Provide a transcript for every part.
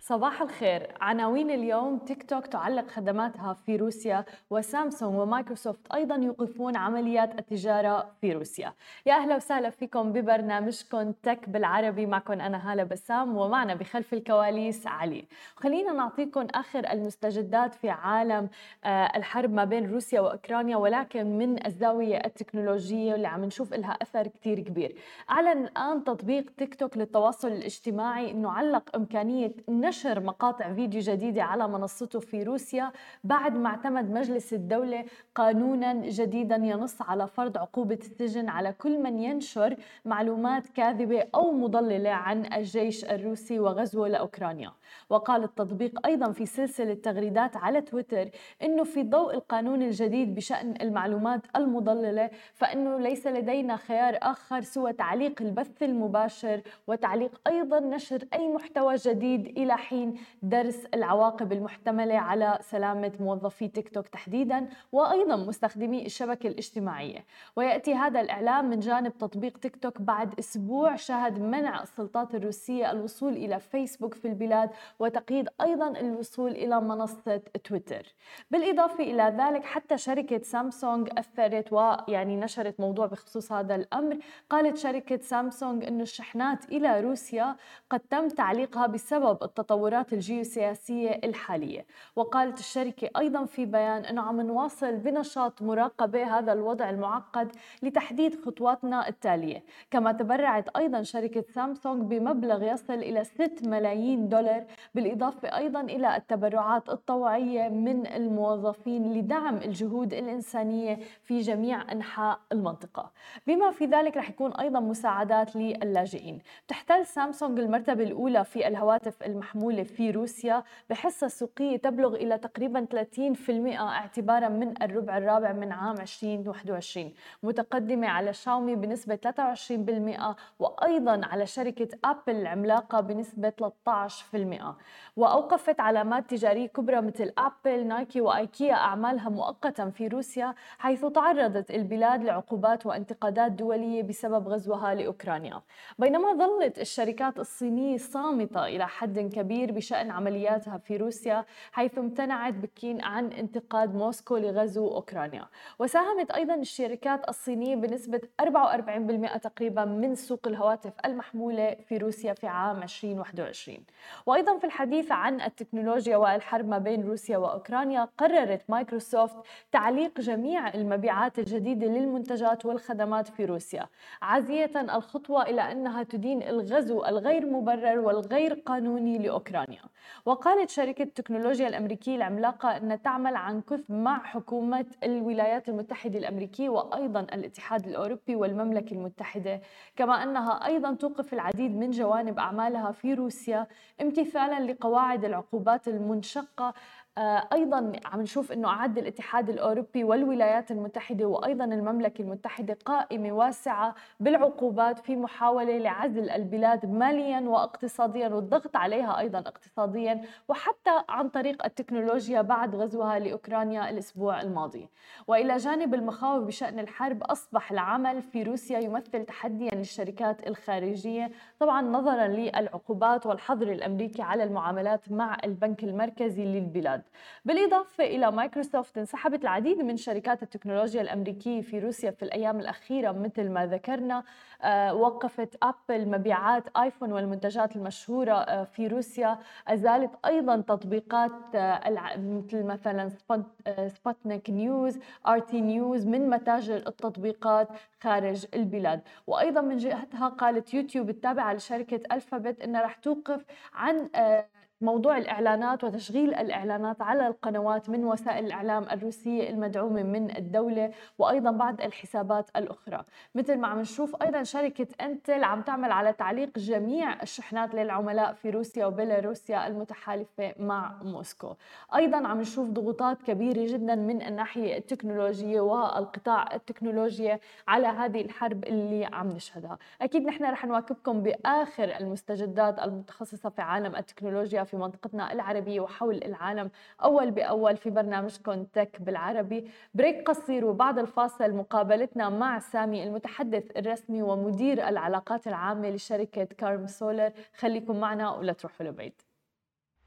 صباح الخير. عناوين اليوم: تيك توك تعلق خدماتها في روسيا، وسامسونج ومايكروسوفت أيضا يوقفون عمليات التجارة في روسيا. يا أهلا وسهلا فيكم ببرنامجكم تك بالعربي. معكم أنا هالة بسام، ومعنا بخلف الكواليس علي. خلينا نعطيكم آخر المستجدات في عالم الحرب ما بين روسيا وأوكرانيا، ولكن من الزاوية التكنولوجية اللي عم نشوف لها أثر كتير كبير. أعلن الآن تطبيق تيك توك للتواصل الاجتماعي أنه علق إمكانية نشر مقاطع فيديو جديدة على منصته في روسيا، بعد ما اعتمد مجلس الدولة قانونا جديدا ينص على فرض عقوبة السجن على كل من ينشر معلومات كاذبة أو مضللة عن الجيش الروسي وغزوه لأوكرانيا. وقال التطبيق أيضا في سلسلة تغريدات على تويتر أنه في ضوء القانون الجديد بشأن المعلومات المضللة، فإنه ليس لدينا خيار آخر سوى تعليق البث المباشر، وتعليق أيضا نشر أي محتوى جديد إلى حين درس العواقب المحتملة على سلامة موظفي تيك توك تحديدا، وأيضا مستخدمي الشبكة الاجتماعية. ويأتي هذا الإعلام من جانب تطبيق تيك توك بعد أسبوع شهد منع السلطات الروسية الوصول إلى فيسبوك في البلاد، وتقييد أيضا الوصول إلى منصة تويتر. بالإضافة إلى ذلك، حتى شركة سامسونج أثرت ويعني نشرت موضوع بخصوص هذا الأمر. قالت شركة سامسونج أن الشحنات إلى روسيا قد تم تعليقها بسبب التطورات الجيوسياسية الحالية. وقالت الشركة أيضا في بيان أنه عم نواصل بنشاط مراقبة هذا الوضع المعقد لتحديد خطواتنا التالية. كما تبرعت أيضا شركة سامسونج بمبلغ يصل إلى 6 ملايين دولار، بالإضافة أيضا إلى التبرعات الطوعية من الموظفين لدعم الجهود الإنسانية في جميع أنحاء المنطقة. بما في ذلك رح يكون أيضا مساعدات للاجئين. تحتل سامسونج المرتبة الأولى في الهواتف المحمولة في روسيا بحصة سوقية تبلغ إلى تقريبا 30% اعتبارا من الربع الرابع من عام 2021، متقدمة على شاومي بنسبة 23%، وأيضا على شركة أبل العملاقة بنسبة 13%. وأوقفت علامات تجارية كبرى مثل أبل، نايكي وآيكيا أعمالها مؤقتا في روسيا، حيث تعرضت البلاد لعقوبات وانتقادات دولية بسبب غزوها لأوكرانيا. بينما ظلت الشركات الصينية صامتة إلى حد كبير بشأن عملياتها في روسيا، حيث امتنعت بكين عن انتقاد موسكو لغزو أوكرانيا. وساهمت أيضا الشركات الصينية بنسبة 44% تقريبا من سوق الهواتف المحمولة في روسيا في عام 2021. وأيضا في الحديث عن التكنولوجيا والحرب ما بين روسيا وأوكرانيا، قررت مايكروسوفت تعليق جميع المبيعات الجديدة للمنتجات والخدمات في روسيا، عازية الخطوة إلى أنها تدين الغزو الغير مبرر والغير قانوني لأوكرانيا. وقالت شركة التكنولوجيا الأمريكية العملاقة أن تعمل عن كثب مع حكومة الولايات المتحدة الأمريكية وأيضا الاتحاد الأوروبي والمملكة المتحدة، كما أنها أيضا توقف العديد من جوانب أعمالها في روسيا امتثالا لقواعد العقوبات المنشقة. أيضا عم نشوف أنه أعد الاتحاد الأوروبي والولايات المتحدة وأيضا المملكة المتحدة قائمة واسعة بالعقوبات في محاولة لعزل البلاد ماليا واقتصاديا، والضغط عليها أيضا اقتصاديا وحتى عن طريق التكنولوجيا بعد غزوها لأوكرانيا الأسبوع الماضي. وإلى جانب المخاوف بشأن الحرب، أصبح العمل في روسيا يمثل تحديا للشركات الخارجية، طبعا نظرا للعقوبات والحظر الأمريكي على المعاملات مع البنك المركزي للبلاد. بالإضافة إلى مايكروسوفت، انسحبت العديد من شركات التكنولوجيا الأمريكية في روسيا في الأيام الأخيرة مثل ما ذكرنا. وقفت أبل مبيعات آيفون والمنتجات المشهورة في روسيا. أزالت أيضا تطبيقات مثل مثلا سبوتنيك نيوز، آرتي نيوز من متاجر التطبيقات خارج البلاد. وأيضا من جهتها قالت يوتيوب التابعة لشركة ألفابت أنها رح توقف عن موضوع الإعلانات وتشغيل الإعلانات على القنوات من وسائل الإعلام الروسية المدعومة من الدولة، وأيضا بعض الحسابات الأخرى. مثل ما عم نشوف أيضا شركة أنتل عم تعمل على تعليق جميع الشحنات للعملاء في روسيا وبيلاروسيا المتحالفة مع موسكو. أيضا عم نشوف ضغوطات كبيرة جدا من الناحية التكنولوجية والقطاع التكنولوجيا على هذه الحرب اللي عم نشهدها. أكيد نحن رح نواكبكم بآخر المستجدات المتخصصة في عالم التكنولوجيا في منطقتنا العربية وحول العالم أول بأول في برنامجكم تك بالعربي. بريك قصير وبعد الفاصل مقابلتنا مع سامي المتحدث الرسمي ومدير العلاقات العامة لشركة كارم سولر. خليكم معنا ولا تروحوا لبعيد.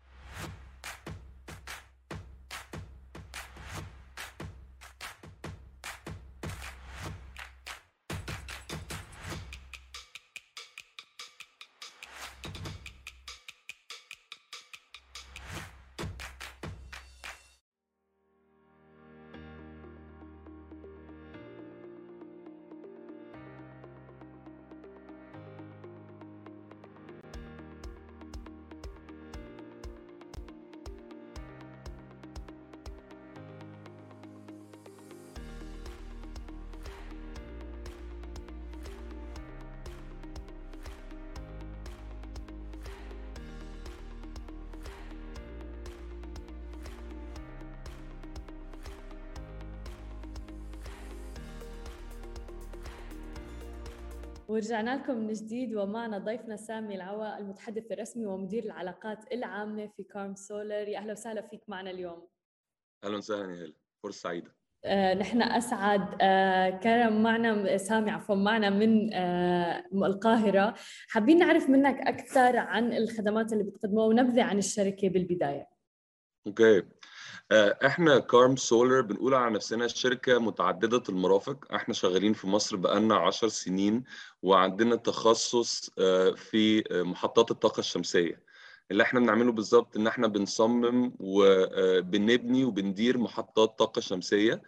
ورجعنا لكم من جديد ومعنا ضيفنا سامي العوا المتحدث الرسمي ومدير العلاقات العامة في كارم سولر. يا أهلا وسهلا فيك معنا اليوم. اهلا وسهلا يا هلا، فرصه سعيده. نحن أسعد. كرم معنا، سامي عفوا، معنا من القاهرة. حابين نعرف منك أكثر عن الخدمات اللي بتقدموها ونبذة عن الشركة بالبداية. اوكي. احنا كارم سولر بنقول على نفسنا شركه متعدده المرافق. احنا شغالين في مصر بقالنا 10 سنين، وعندنا تخصص في محطات الطاقه الشمسيه. اللي احنا بنعمله بالظبط ان احنا بنصمم وبنبني وبندير محطات طاقه شمسيه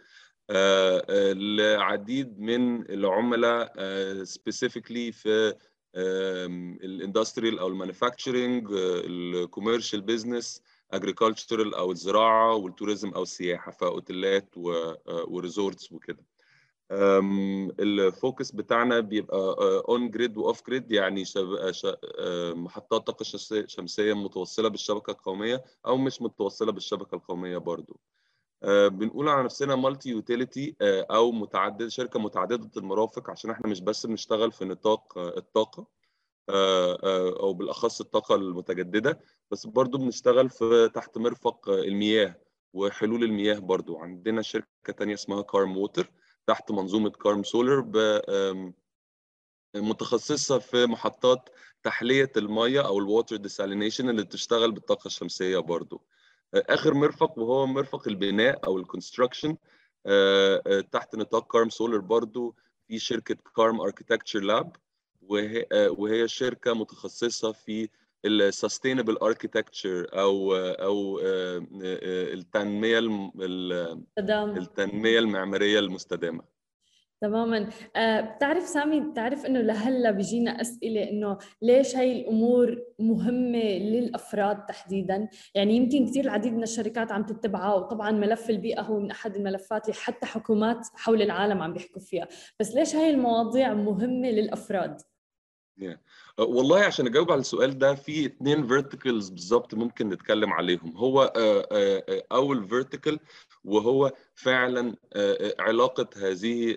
لعديد من العملاء، سبيسيفيكلي في الاندستريال او المانيفاكتشرنج، الكوميرشال بزنس، اجريكلتشرال او الزراعه، والتوريزم او السياحه، فاوتيلات وريزورتس وكده. الفوكس بتاعنا بيبقى اون جريد واوف جريد، يعني محطات طاقه شمسيه متوصله بالشبكه القوميه او مش متوصله بالشبكه القوميه برضو. بنقول على نفسنا مالتي يوتيليتي او شركه متعدده المرافق، عشان احنا مش بس بنشتغل في نطاق الطاقه او بالاخص الطاقه المتجدده، بس برضو بنشتغل في تحت مرفق المياه وحلول المياه. برضو عندنا شركه تانية اسمها كارم ووتر تحت منظومه كارم سولر، متخصصه في محطات تحليه الميه او الووتر ديسالينيشن اللي بتشتغل بالطاقه الشمسيه برضو. اخر مرفق وهو مرفق البناء او الكونستراكشن تحت نطاق كارم سولر برضو، في شركه كارم اركيتكتشر لاب، وهي شركه متخصصه في السستينبل اركيتكتشر او التنميه تمام. التنميه المعماريه المستدامه. تماما. بتعرف سامي، بتعرف انه لهلا بيجينا اسئله انه ليش هاي الامور مهمه للافراد تحديدا؟ يعني يمكن كثير العديد من الشركات عم تتبعها، وطبعا ملف البيئه هو من احد الملفات اللي حتى حكومات حول العالم عم بيحكوا فيها، بس ليش هاي المواضيع مهمه للافراد؟ Yeah. والله عشان اجاوب على السؤال ده، في اتنين فيرتيكلز بالظبط ممكن نتكلم عليهم. هو اول فيرتيكل، وهو فعلا علاقه هذه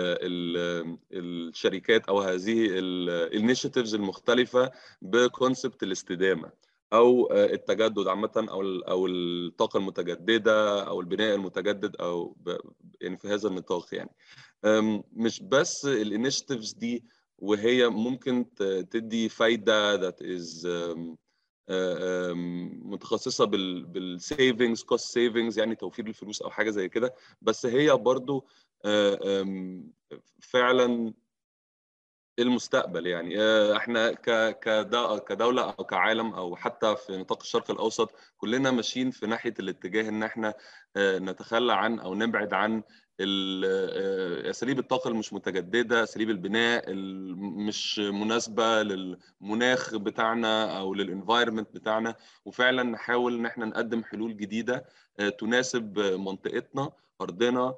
الشركات او هذه الانيشيتيفز المختلفه بكونسبت الاستدامه او التجدد عامه، او الطاقه المتجدده او البناء المتجدد، او يعني في هذا النطاق يعني. مش بس الانيشيتيفز دي وهي ممكن تدي فايده ذات از متخصصه بالسيفنجز، كوست سيفنجز، يعني توفير الفلوس او حاجه زي كده، بس هي برضو فعلا المستقبل. يعني احنا كدوله او كعالم او حتى في نطاق الشرق الاوسط كلنا ماشيين في ناحيه الاتجاه ان احنا نتخلى عن او نبعد عن اساليب الطاقه المش متجدده، اساليب البناء مش مناسبه للمناخ بتاعنا او للانفايرمنت بتاعنا، وفعلا نحاول ان احنا نقدم حلول جديده تناسب منطقتنا، ارضنا،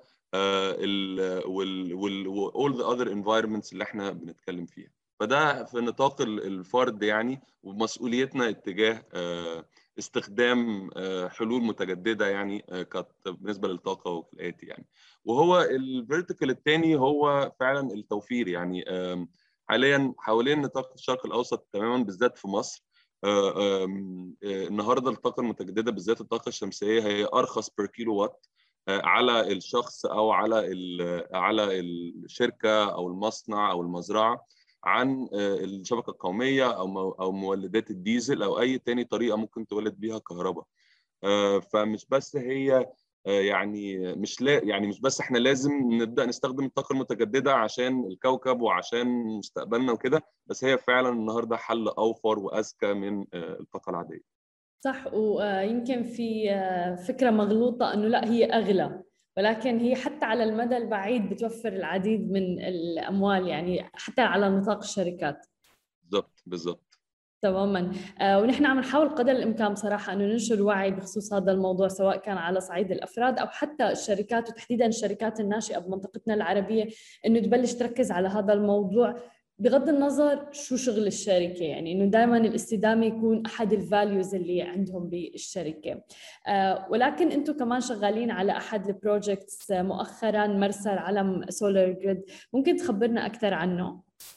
all the other environments اللي احنا بنتكلم فيها. فده في نطاق الفرد يعني، ومسؤوليتنا اتجاه استخدام حلول متجدده يعني بالنسبه للطاقه والآتي يعني. وهو الفيرتيكال الثاني هو فعلا التوفير. يعني حاليا حوالين نطاق الشرق الاوسط تماما، بالذات في مصر، النهارده الطاقه المتجدده بالذات الطاقه الشمسيه هي ارخص بير كيلو وات على الشخص او على الشركه او المصنع او المزرعه عن الشبكه القوميه او مولدات الديزل او اي تاني طريقه ممكن تولد بيها كهرباء. فمش بس هي يعني مش بس احنا لازم نبدا نستخدم الطاقه المتجدده عشان الكوكب وعشان مستقبلنا وكده، بس هي فعلا النهارده حل اوفر واذكى من الطاقه العاديه. صح. ويمكن في فكرة مغلوطة أنه لا هي أغلى، ولكن هي حتى على المدى البعيد بتوفر العديد من الأموال، يعني حتى على نطاق الشركات. بالضبط. تماما. ونحن عم نحاول قدر الامكان بصراحه انه ننشر وعي بخصوص هذا الموضوع، سواء كان على صعيد الافراد او حتى الشركات، وتحديدا الشركات الناشئه بمنطقتنا العربيه، انه تبلش تركز على هذا الموضوع بغض النظر شو شغل الشركه، يعني انه دائما الاستدامه يكون احد الفاليوز اللي عندهم بالشركه. ولكن انتم كمان شغالين على احد البروجكتس مؤخرا، مرسى العلم سولار جريد، ممكن تخبرنا اكثر عنه؟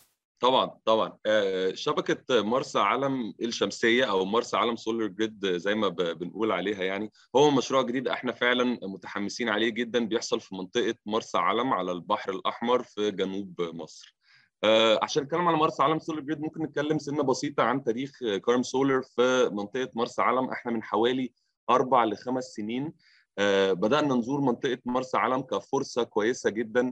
طبعا شبكه مرسى علم الشمسيه او مرسى علم سولار جريد زي ما بنقول عليها، يعني هو مشروع جديد احنا فعلا متحمسين عليه جدا، بيحصل في منطقه مرسى علم على البحر الاحمر في جنوب مصر. عشان نتكلم على مرسى علم سولار جريد ممكن نتكلم سنه بسيطه عن تاريخ كارم سولار في منطقه مرسى علم. احنا من حوالي 4 ل5 سنين بدأنا نزور منطقه مرسى علم كفرصه كويسه جدا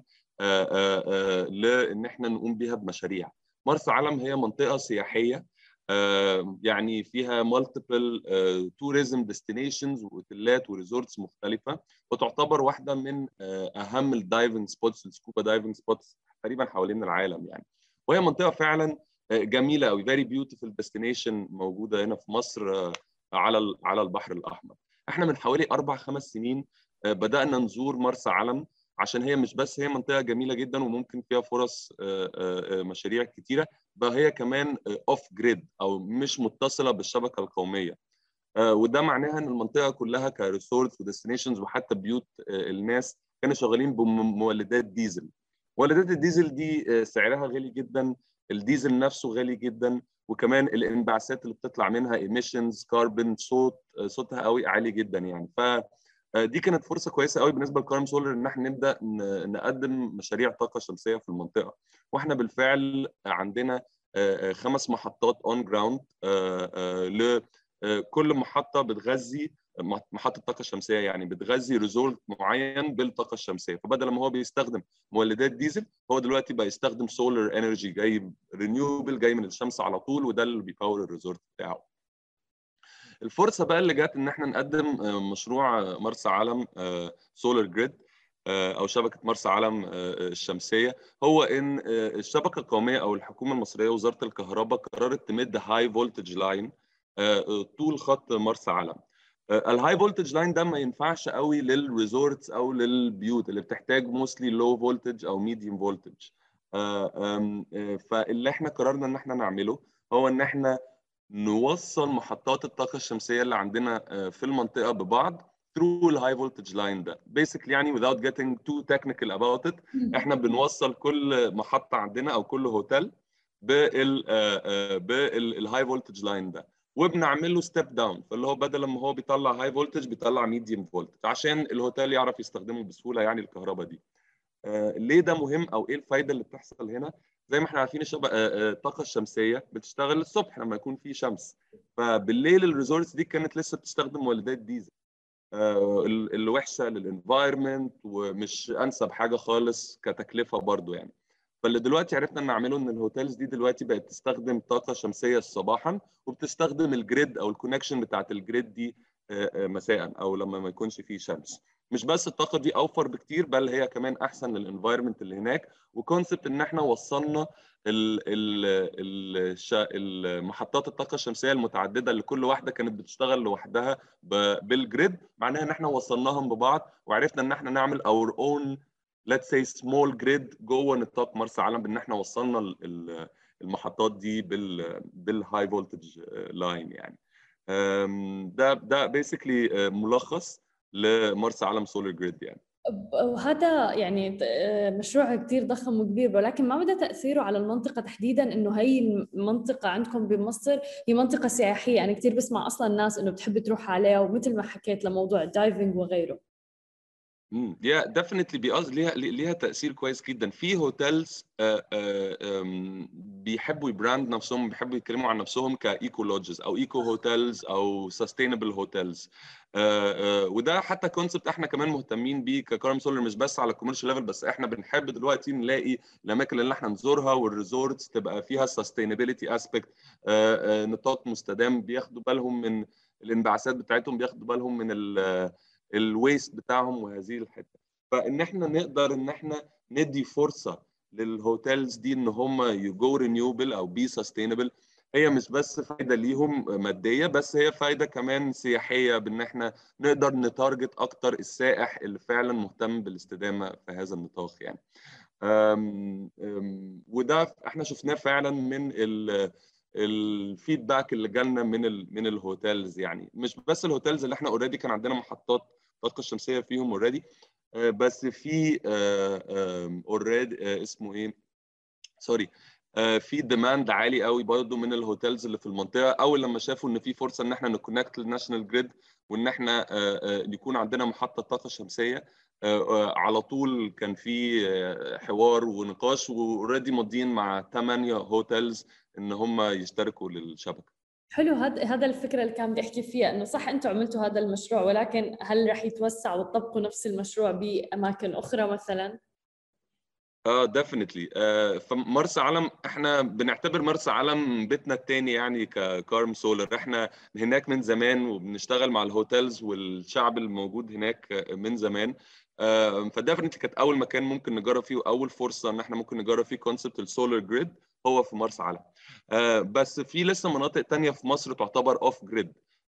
لان احنا نقوم بيها بمشاريع. مرسى علم هي منطقه سياحيه يعني فيها مالتيبل توريزم ديستنيشنز واوتيلات وريزورتس مختلفه، وتعتبر واحده من اهم الدايفنج سبوتس، السكوبا دايفنج سبوتس تقريبا حوالين العالم يعني. وهي منطقه فعلا جميله قوي، فيري بيوتيفول ديستنيشن موجوده هنا في مصر على البحر الاحمر. احنا من حوالي 4 5 سنين بدانا نزور مرسى علم، عشان هي مش بس هي منطقه جميله جدا وممكن فيها فرص مشاريع كتيره، بقى هي كمان اوف جريد او مش متصله بالشبكه القوميه. وده معناها ان المنطقه كلها كريسورتس وديستنيشنز وحتى بيوت الناس كانوا شغالين بمولدات ديزل. مولدات الديزل دي سعرها غالي جدا، الديزل نفسه غالي جدا، وكمان الانبعاثات اللي بتطلع منها ايميشنز كاربون صوتها قوي عالي جدا يعني. ف دي كانت فرصه كويسه قوي بالنسبه لكارم سولر ان احنا نبدا نقدم مشاريع طاقه شمسيه في المنطقه. واحنا بالفعل عندنا 5 محطات اون جراوند، كل محطه بتغذي محطه طاقه شمسيه، يعني بتغذي ريزورت معين بالطاقه الشمسيه. فبدل ما هو بيستخدم مولدات ديزل، هو دلوقتي بقى يستخدم سولار انرجي جاي رينيوبل جاي من الشمس على طول، وده اللي بيباور الريزورت بتاعه. الفرصه بقى اللي جت ان احنا نقدم مشروع مرسى علم سولار جريد او شبكه مرسى علم الشمسيه، هو ان الشبكه القوميه او الحكومه المصريه وزاره الكهرباء قررت تمد هاي فولتج لاين طول خط مرسى علم. الهاي فولتج لاين ده ما ينفعش قوي للريزورتس او للبيوت اللي بتحتاج موستلي لو فولتج او ميديوم فولتج. فاللي احنا قررنا ان احنا نعمله هو ان احنا نوصل محطات الطاقه الشمسيه اللي عندنا في المنطقه ببعض through الهاي فولتج لاين ده. basically يعني without getting too technical about it، احنا بنوصل كل محطه عندنا او كل هوتيل بالهاي فولتج لاين ده، وبنعمل له ستيب داون. فاللي هو بدل ما هو بيطلع هاي فولتج بيطلع ميديوم فولتج عشان الهوتيل يعرف يستخدمه بسهوله يعني الكهرباء دي. ليه ده مهم او ايه الفايده اللي بتحصل هنا؟ زي ما احنا عارفين الطاقه الشمسيه بتشتغل الصبح لما يكون في شمس، فبالليل الريزورتس دي كانت لسه بتستخدم مولدات ديزل اللي وحشه للانفايرمنت ومش انسب حاجه خالص كتكلفه برضو يعني. فاللي دلوقتي عرفنا نعمله ان الهوتيلز دي دلوقتي بقت تستخدم طاقه شمسيه صباحا، وبتستخدم الجريد او الكونكشن بتاعت الجريد دي مساء او لما ما يكونش فيه شمس. مش بس الطاقه دي اوفر بكتير، بل هي كمان احسن للانفايرمنت اللي هناك. وكونسبت ان احنا وصلنا المحطات الطاقه الشمسيه المتعدده اللي كل واحده كانت بتشتغل لوحدها بالجريد، معناها ان احنا وصلناهم ببعض وعرفنا ان احنا نعمل اور اون let's say small grid جوه نطاق مرسى علم، بان احنا وصلنا المحطات دي بالهاي فولتج لاين يعني. ده بيسكلي ملخص لمرسى علم سولار جريد يعني. وهذا يعني مشروع كتير ضخم وكبير، ولكن ما مدى تأثيره على المنطقة تحديدا؟ إنه هي المنطقة عندكم بمصر هي منطقة سياحية، أنا كتير بسمع أصلا الناس إنه بتحب تروح عليها، ومثل ما حكيت لموضوع الدايفنج وغيره. يا ديفنتلي ليها تاثير كويس جدا. في هوتيلز بيحبوا يبراند نفسهم، بيحبوا يتكلموا عن نفسهم كايكو لودجز او ايكو هوتيلز او سستينبل هوتيلز، وده حتى كونسبت احنا كمان مهتمين بيه ككارم سولر، مش بس على الكوميرشال ليفل بس. احنا بنحب دلوقتي نلاقي الاماكن اللي احنا نزورها والريزورتس تبقى فيها سستينابيلتي اسبكت، نطاق مستدام، بياخدوا بالهم من الانبعاثات بتاعتهم، بياخدوا بالهم من الويست بتاعهم وهذه الحته. فان احنا نقدر ان احنا ندي فرصه للهوتيلز دي ان هم يجو رينيوبل او بي سستينبل، هي مش بس فايده ليهم ماديه، بس هي فايده كمان سياحيه، بان احنا نقدر نتارجت اكتر السائح اللي فعلا مهتم بالاستدامه في هذا النطاق يعني. وده احنا شفناه فعلا من الفيدباك اللي جالنا من الهوتيلز يعني. مش بس الهوتيلز اللي احنا اوريدي كان عندنا محطات طاقه شمسيه فيهم اوريدي، بس في اوريدي اسمه ايه، سوري، في demand عالي قوي برضو من الهوتيلز اللي في المنطقه، اول لما شافوا ان في فرصه ان احنا نكونكت للناشونال جريد، وان احنا يكون عندنا محطه طاقه شمسيه. على طول كان في حوار ونقاش، واوريدي ماضيين مع 8 هوتيلز ان هم يشتركوا للشبكه. حلو. هذا الفكرة اللي كان بدي أحكي فيها، إنه صح أنتم عملتوا هذا المشروع، ولكن هل رح يتوسع وتطبقوا نفس المشروع بأماكن أخرى مثلا؟ ديفينتلي. فمرسى علم احنا بنعتبر مرسى علم بيتنا التاني يعني ككارم سولر. احنا هناك من زمان وبنشتغل مع الهوتيلز والشعب الموجود هناك من زمان. فديفينتلي كانت اول مكان ممكن نجرب فيه، واول فرصه ان احنا ممكن نجرب فيه كونسبت السولار جريد هو في مرسى علم. بس في لسه مناطق تانية في مصر تعتبر اوف جريد.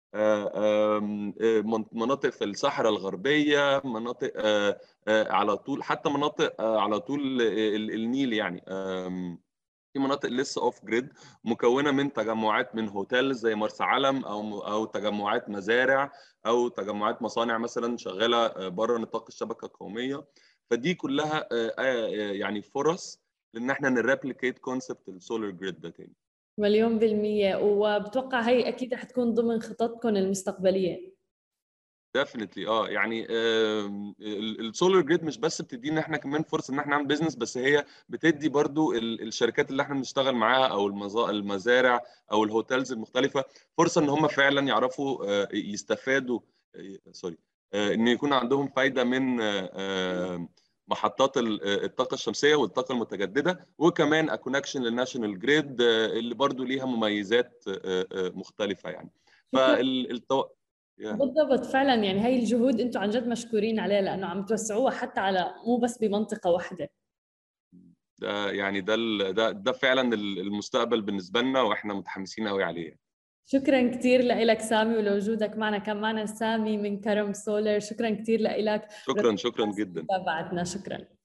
مناطق في الصحراء الغربيه، مناطق على طول، حتى مناطق على طول النيل يعني. في مناطق لسه اوف جريد، مكونه من تجمعات من هوتيل زي مرسى علم، او تجمعات مزارع، او تجمعات مصانع مثلا شغاله بره نطاق الشبكه القوميه. فدي كلها يعني فرص لان احنا نريبليكيت كونسبت السولار جريد ده تاني. مليون بالمية. وبتوقع هي أكيد رح تكون ضمن خططكم المستقبلية. ديفنتلي. يعني السولار جريد مش بس بتدينا احنا كمان فرصه ان احنا نعمل بيزنس، بس هي بتدي برضو الشركات اللي احنا بنشتغل معاها، او المزارع او الهوتيلز المختلفه، فرصه ان هم فعلا يعرفوا يستفادوا. سوري. ان يكون عندهم فايده من محطات الطاقه الشمسيه والطاقه المتجدده، وكمان كونكشن للناشونال جريد اللي برضو ليها مميزات مختلفه يعني. شكرا. فالتو... بالضبط، فعلا يعني هاي الجهود انتم عن جد مشكورين عليها، لانه عم توسعوها حتى على مو بس بمنطقة واحدة. ده يعني ده فعلا المستقبل بالنسبه لنا، واحنا متحمسين قوي عليه. شكرا كثير لك سامي ولوجودك معنا. كان معنا سامي من كرم سولر. شكرا كثير لك. شكرا جدا. تابعتنا. شكرا.